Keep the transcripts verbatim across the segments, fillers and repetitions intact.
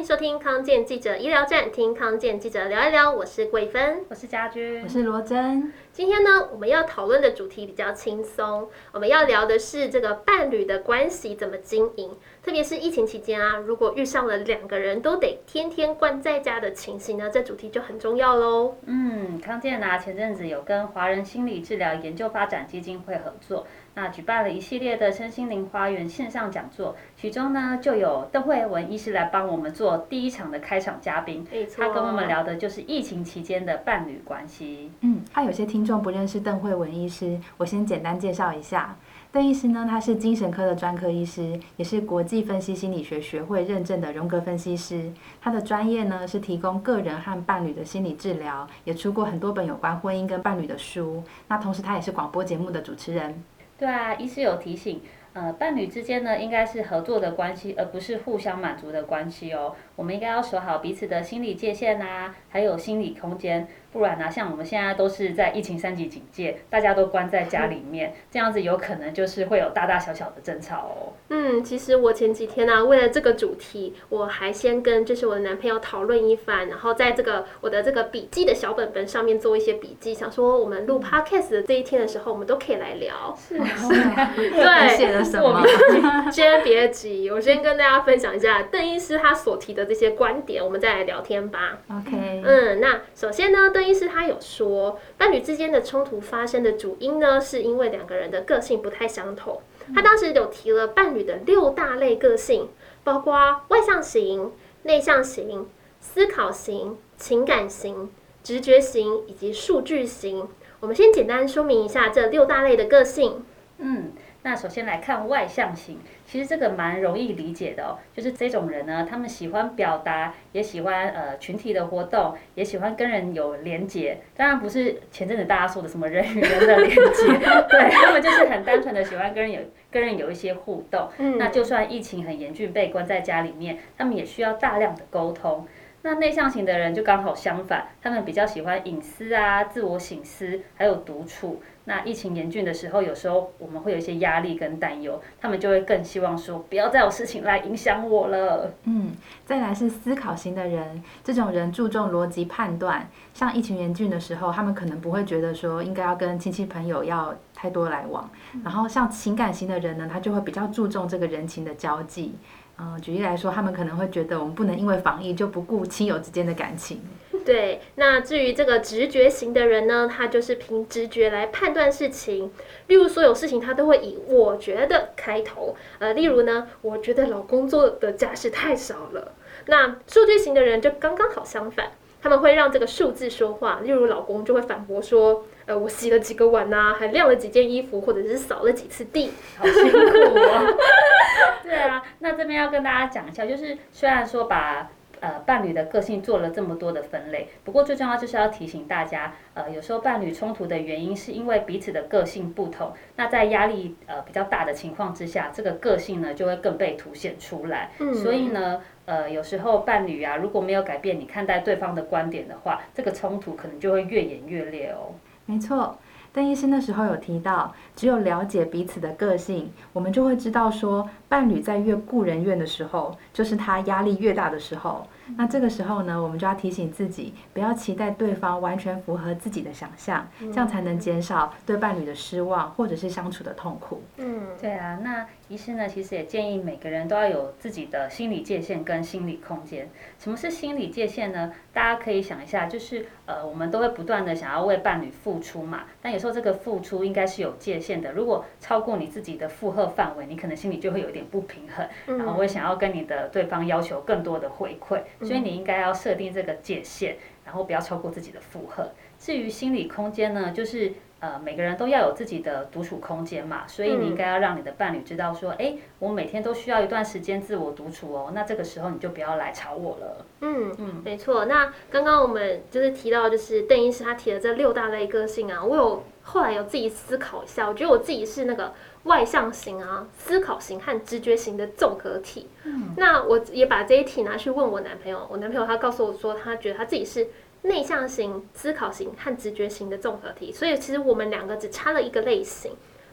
收听康健记者医疗站，听康健记者聊一聊。我是桂芬， 我是家居， 我是罗真。 今天呢，我们要讨论的主题比较轻松，我们要聊的是这个伴侣的关系怎么经营。特别是疫情期间啊，如果遇上了两个人都得天天关在家的情形呢，这主题就很重要喽。 嗯，康健啊，前阵子有跟华人心理治疗研究发展基金会合作，那举办了一系列的身心灵花园线上讲座，其中呢就有邓惠文医师来帮我们做第一场的开场嘉宾， 没错， 他跟我们聊的就是疫情期间的伴侣关系。 嗯，他有些听众不认识邓惠文医师，我先简单介绍一下。邓医师呢，他是精神科的专科医师，也是国际分析心理学学会认证的荣格分析师。他的专业呢是提供个人和伴侣的心理治疗，也出过很多本有关婚姻跟伴侣的书。那同时他也是广播节目的主持人。 对啊，医师有提醒，呃，伴侣之间呢应该是合作的关系，而不是互相满足的关系哦。我们应该要守好彼此的心理界限啊，还有心理空间。不然呢，像我们现在都是在疫情三级警戒，大家都关在家里面，这样子有可能就是会有大大小小的争吵哦。 嗯，其实我前几天啊，为了这个主题，我还先跟就是我的男朋友讨论一番，然后在这个我的这个笔记的小本本上面做一些笔记，想说我们录 podcast 的这一天的时候，我们都可以来聊。 是啊， 对， 写了什么？ 先别急，我先跟大家分享一下邓医师他所提的这些观点，我们再来聊天吧。 OK， 嗯，那首先呢，邓医师他有说，伴侣之间的冲突发生的主因呢，是因为两个人的个性不太相同。他当时有提了伴侣的六大类个性，包括外向型、内向型、思考型、情感型、直觉型以及数据型。我们先简单说明一下这六大类的个性。 嗯。那首先来看外向型，其实这个蛮容易理解的哦，就是这种人呢，他们喜欢表达，也喜欢呃群体的活动，也喜欢跟人有连结。当然不是前阵子大家说的什么人与人的连结，对他们就是很单纯的喜欢跟人有跟人有一些互动。嗯、那就算疫情很严峻，被关在家里面，他们也需要大量的沟通。那内向型的人就刚好相反，他们比较喜欢隐私啊、自我省思，还有独处。那疫情严峻的时候，有时候我们会有一些压力跟担忧，他们就会更希望说，不要再有事情来影响我了。 嗯，再来是思考型的人，这种人注重逻辑判断，像疫情严峻的时候，他们可能不会觉得说应该要跟亲戚朋友要太多来往。然后像情感型的人呢，他就会比较注重这个人情的交际。嗯、呃，举例来说，他们可能会觉得我们不能因为防疫就不顾亲友之间的感情。 对，那至于这个直觉型的人呢，他就是凭直觉来判断事情，例如所有事情他都会以我觉得开头，呃，例如呢，我觉得老公做的家事太少了。那数据型的人就刚刚好相反，他们会让这个数字说话，例如老公就会反驳说，呃，我洗了几个碗啊，还晾了几件衣服，或者是扫了几次地， 好辛苦哦。对啊，那这边要跟大家讲一下，就是虽然说把呃，伴侣的个性做了这么多的分类，不过最重要就是要提醒大家，呃，有时候伴侣冲突的原因是因为彼此的个性不同，那在压力呃比较大的情况之下，这个个性呢就会更被凸显出来。嗯、所以呢，呃，有时候伴侣啊，如果没有改变你看待对方的观点的话，这个冲突可能就会越演越烈哦。 没错。邓医师那时候有提到，只有了解彼此的个性，我们就会知道说，伴侣在越顾人怨的时候，就是他压力越大的时候。那这个时候呢，我们就要提醒自己，不要期待对方完全符合自己的想象，这样才能减少对伴侣的失望，或者是相处的痛苦。 嗯，对啊，那医师呢，其实也建议每个人都要有自己的心理界限跟心理空间。什么是心理界限呢？大家可以想一下，就是呃，我们都会不断的想要为伴侣付出嘛，但有时候这个付出应该是有界限的。如果超过你自己的负荷范围，你可能心里就会有点不平衡，然后会想要跟你的对方要求更多的回馈。所以你应该要设定这个界限，然后不要超过自己的负荷。至于心理空间呢，就是呃每个人都要有自己的独处空间嘛，所以你应该要让你的伴侣知道说，哎、嗯，我每天都需要一段时间自我独处哦，那这个时候你就不要来吵我了。 嗯嗯，没错。那刚刚我们就是提到，就是邓医师他提的这六大类个性啊，我有后来有自己思考一下，我觉得我自己是那个外向型啊、思考型和直觉型的综合体。嗯，那我也把这一题拿去问我男朋友，我男朋友他告诉我说，他觉得他自己是内向型、思考型和直觉型的综合体，所以其实我们两个只差了一个类型。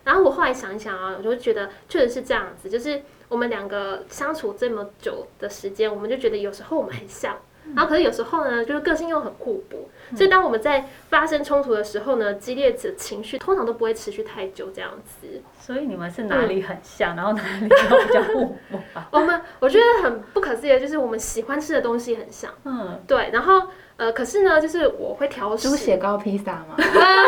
然后我后来想一想啊，我就觉得确实是这样子，就是我们两个相处这么久的时间，我们就觉得有时候我们很像。然后可是有时候呢，就是个性又很互补，所以当我们在发生冲突的时候呢，激烈的情绪通常都不会持续太久这样子。 所以你们是哪里很像，嗯、然后哪里又比较互补啊？ 我们我觉得很不可思议的就是我们喜欢吃的东西很像，嗯，对，然后呃，可是呢，就是我会挑食。 猪血糕披萨吗？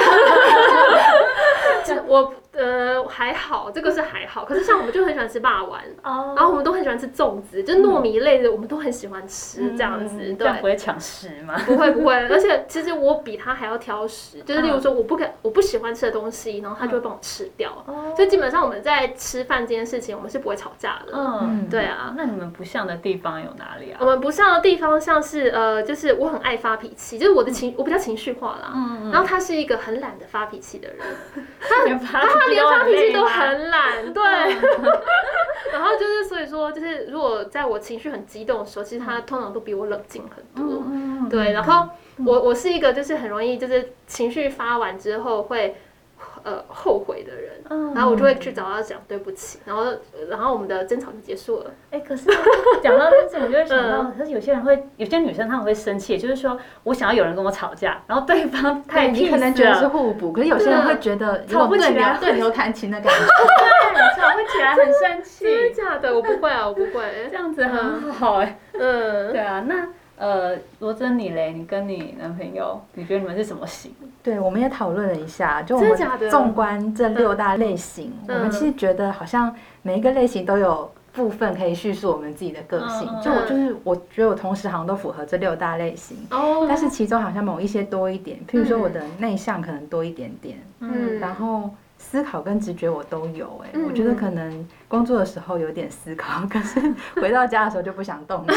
我呃还好，这个是还好。可是像我们就很喜欢吃霸丸，哦，然后我们都很喜欢吃粽子，就是糯米类的，我们都很喜欢吃这样子。 嗯、 对， 不会抢食吗？ 不会不会，而且其实我比他还要挑食，就是例如说我不肯我不喜欢吃的东西，然后他就会帮我吃掉。哦，所以基本上我们在吃饭这件事情，我们是不会吵架的。嗯，对啊。 那你们不像的地方有哪里啊？ 我们不像的地方像是呃，就是我很爱发脾气，就是我的情、嗯、我比较情绪化啦。嗯，然后他是一个很懒得发脾气的人，他连发脾气都很懒，对。然后就是所以说，就是如果在我情绪很激动的时候，其实他通常都比我冷静很多。嗯、对，然后我我是一个就是很容易就是情绪发完之后会。呃，后悔的人，嗯、然后我就会去找他讲对不起，然后然后我们的争吵就结束了。 哎、欸，可是讲到这，我就会想到，嗯、可是有些人会，有些女生她们会生气，就是说我想要有人跟我吵架，然后对方太 peace 了， 你可能觉得是互补，可是有些人会觉得吵不起来， 对牛弹琴的感觉， 对，吵不起来很生气。 真的假的？我不会啊，我不会， 这样子很好哎。嗯，对啊，那。呃，罗真你嘞？你跟你男朋友，你觉得你们是什么型？ 对，我们也讨论了一下，就我们纵观这六大类型，嗯、我们其实觉得好像每一个类型都有部分可以叙述我们自己的个性。嗯、就我就是我觉得我同时好像都符合这六大类型，哦、但是其中好像某一些多一点，譬如说我的内向可能多一点点，嗯，然后。思考跟直觉我都有哎、欸，嗯、我觉得可能工作的时候有点思考，可是回到家的时候就不想动了。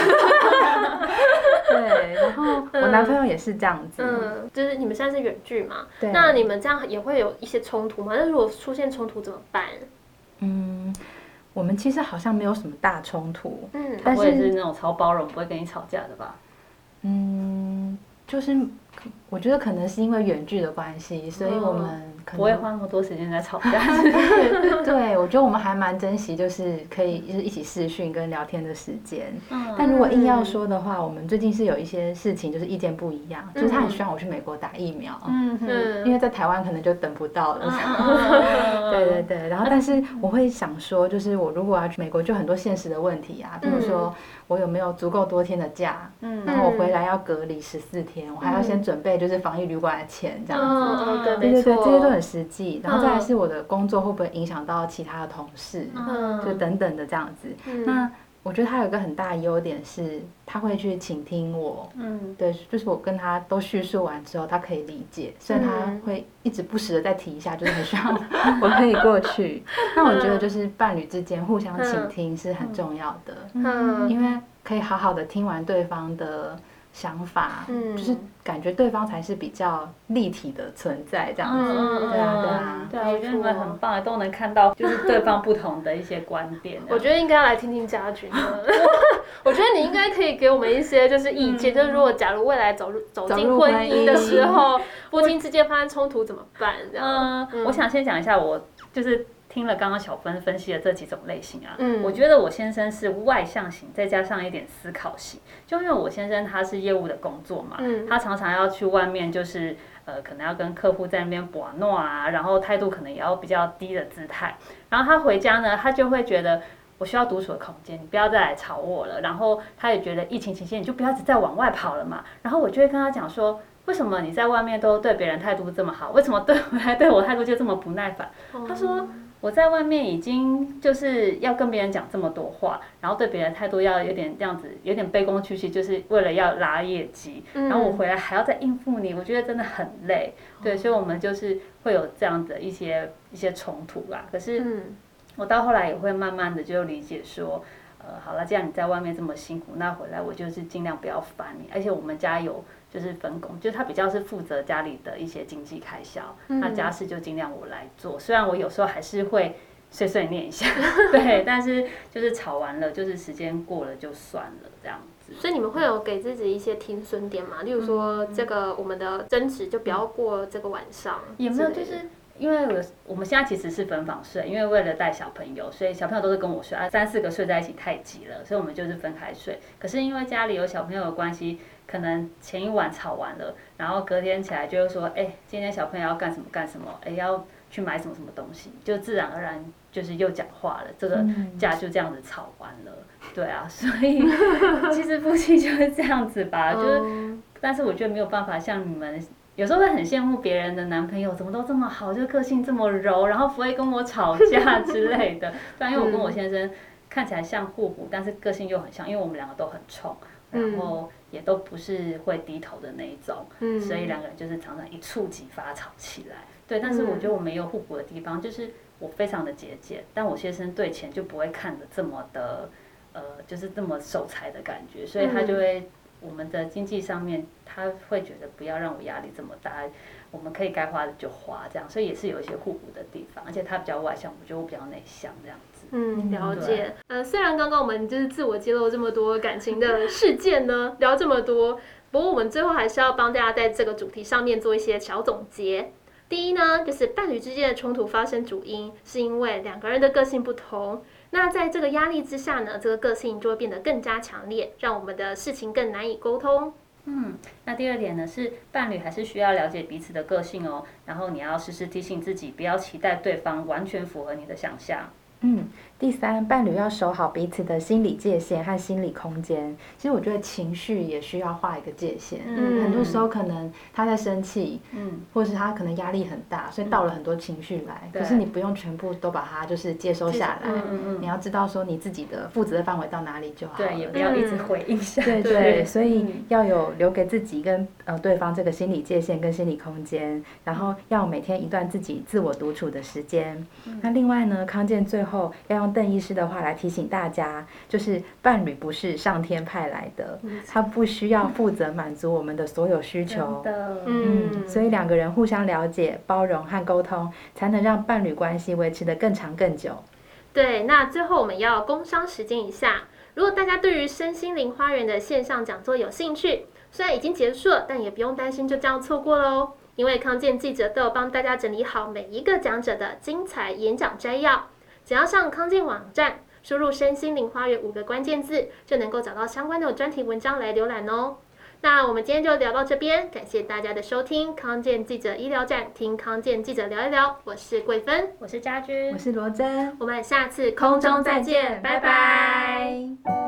对，然后我男朋友也是这样子， 嗯，就是你们现在是远距嘛，对，那你们这样也会有一些冲突吗？那如果出现冲突怎么办？ 嗯，我们其实好像没有什么大冲突， 嗯，但是是那种超包容，不会跟你吵架的吧？ 嗯，就是我觉得可能是因为远距的关系，所以我们可能不会花那么多时间在吵架。 对，我觉得我们还蛮珍惜，就是可以就是一起视讯跟聊天的时间。嗯，但如果硬要说的话，我们最近是有一些事情就是意见不一样，就是他很希望我去美国打疫苗，嗯嗯，因为在台湾可能就等不到了。对对对，然后但是我会想说，就是我如果要去美国，就很多现实的问题啊，比如说我有没有足够多天的假，嗯，然后我回来要隔离十四天，我还要先准备就是防疫旅馆的钱这样子。 嗯，对对对，这些都很实际。然后再来是我的工作会不会影响到其他的同事，嗯，就等等的这样子。那我觉得他有一个很大的优点是，他会去倾听我，嗯，对，就是我跟他都叙述完之后，他可以理解，虽然他会一直不时的再提一下，就是很希望我可以过去。那我觉得就是伴侣之间互相倾听是很重要的，嗯，因为可以好好的听完对方的想法，嗯，就是感觉对方才是比较立体的存在，这样子，嗯、对啊，对啊， 对啊，我觉得你们很棒，都能看到就是对方不同的一些观点。 我觉得应该要来听听家军了。我觉得你应该可以给我们一些就是意见，嗯、就是如果假如未来走入走进婚姻的时候，夫妻之间发生冲突怎么办？这样， 嗯，嗯我想先讲一下，我就是听了刚刚小芬分析的这几种类型啊，嗯，我觉得我先生是外向型，再加上一点思考型。就因为我先生他是业务的工作嘛，嗯，他常常要去外面，就是呃，可能要跟客户在那边把诺啊，然后态度可能也要比较低的姿态。然后他回家呢，他就会觉得我需要独处的空间，你不要再来吵我了。然后他也觉得疫情期间你就不要再往外跑了嘛。然后我就会跟他讲说，为什么你在外面都对别人态度这么好，为什么对回来对我态度就这么不耐烦？嗯、他说。我在外面已经就是要跟别人讲这么多话，然后对别人态度要有点这样子，有点卑躬屈膝，就是为了要拉业绩。嗯、然后我回来还要再应付你，我觉得真的很累。对，所以我们就是会有这样的一些一些冲突啦。可是我到后来也会慢慢的就理解说，呃，好了，既然你在外面这么辛苦，那回来我就是尽量不要烦你。而且我们家有。就是分工，就是他比较是负责家里的一些经济开销，嗯、那家事就尽量我来做。虽然我有时候还是会碎碎念一下，对，但是就是吵完了，就是时间过了就算了这样子。 所以你们会有给自己一些停损点嘛？例如说这个我们的争执就不要过这个晚上。 有没有就是因为我我们现在其实是分房睡，因为为了带小朋友，所以小朋友都是跟我睡啊，三四个睡在一起太挤了，所以我们就是分开睡。可是因为家里有小朋友的关系，可能前一晚吵完了，然后隔天起来就会说，哎、欸，今天小朋友要干什么干什么，哎、欸，要去买什么什么东西，就自然而然就是又讲话了，这个架就这样子吵完了。对啊，所以其实夫妻就是这样子吧，就是，但是我觉得没有办法像你们。有时候会很羡慕别人的男朋友怎么都这么好，就个性这么柔，然后不会跟我吵架之类的。对，因为我跟我先生看起来像互补，但是个性又很像，因为我们两个都很冲，然后也都不是会低头的那一种，嗯、所以两个人就是常常一触即发吵起来。对，但是我觉得我们也有互补的地方，就是我非常的节俭，但我先生对钱就不会看得这么的，呃，就是这么守财的感觉，所以他就会。我们的经济上面，他会觉得不要让我压力这么大，我们可以该花的就花，这样，所以也是有一些互补的地方。而且他比较外向，我觉得我比较内向，这样子。 嗯，了解。呃，虽然刚刚我们就是自我揭露这么多感情的事件呢，聊这么多，不过我们最后还是要帮大家在这个主题上面做一些小总结。第一呢，就是伴侣之间的冲突发生主因，是因为两个人的个性不同。那在这个压力之下呢，这个个性就会变得更加强烈，让我们的事情更难以沟通。 嗯，那第二点呢是伴侣还是需要了解彼此的个性哦，然后你要时时提醒自己，不要期待对方完全符合你的想象。 嗯，第三，伴侣要守好彼此的心理界限和心理空间。其实我觉得情绪也需要画一个界限。嗯，很多时候可能他在生气，嗯，或是他可能压力很大，所以倒了很多情绪来。嗯、可是你不用全部都把它就是接收下来。嗯嗯嗯。你要知道说你自己的负责的范围到哪里就好了。 对，也不要一直回应下。 对对，所以要有留给自己跟呃对方这个心理界限跟心理空间，然后要每天一段自己自我独处的时间。嗯、那另外呢，康健最后。后要用邓医师的话来提醒大家，就是伴侣不是上天派来的，他不需要负责满足我们的所有需求。嗯，所以两个人互相了解、包容和沟通，才能让伴侣关系维持得更长更久。 对，那最后我们要工商时间一下，如果大家对于身心灵花园的线上讲座有兴趣，虽然已经结束了，但也不用担心就这样错过喽，因为康健记者都有帮大家整理好每一个讲者的精彩演讲摘要。只要上康健网站，输入身心灵花园五个关键字，就能够找到相关的专题文章来浏览哦。那我们今天就聊到这边，感谢大家的收听，康健记者医疗站，听康健记者聊一聊。我是桂芬， 我是家君， 我是罗真， 我们下次空中再见，拜拜。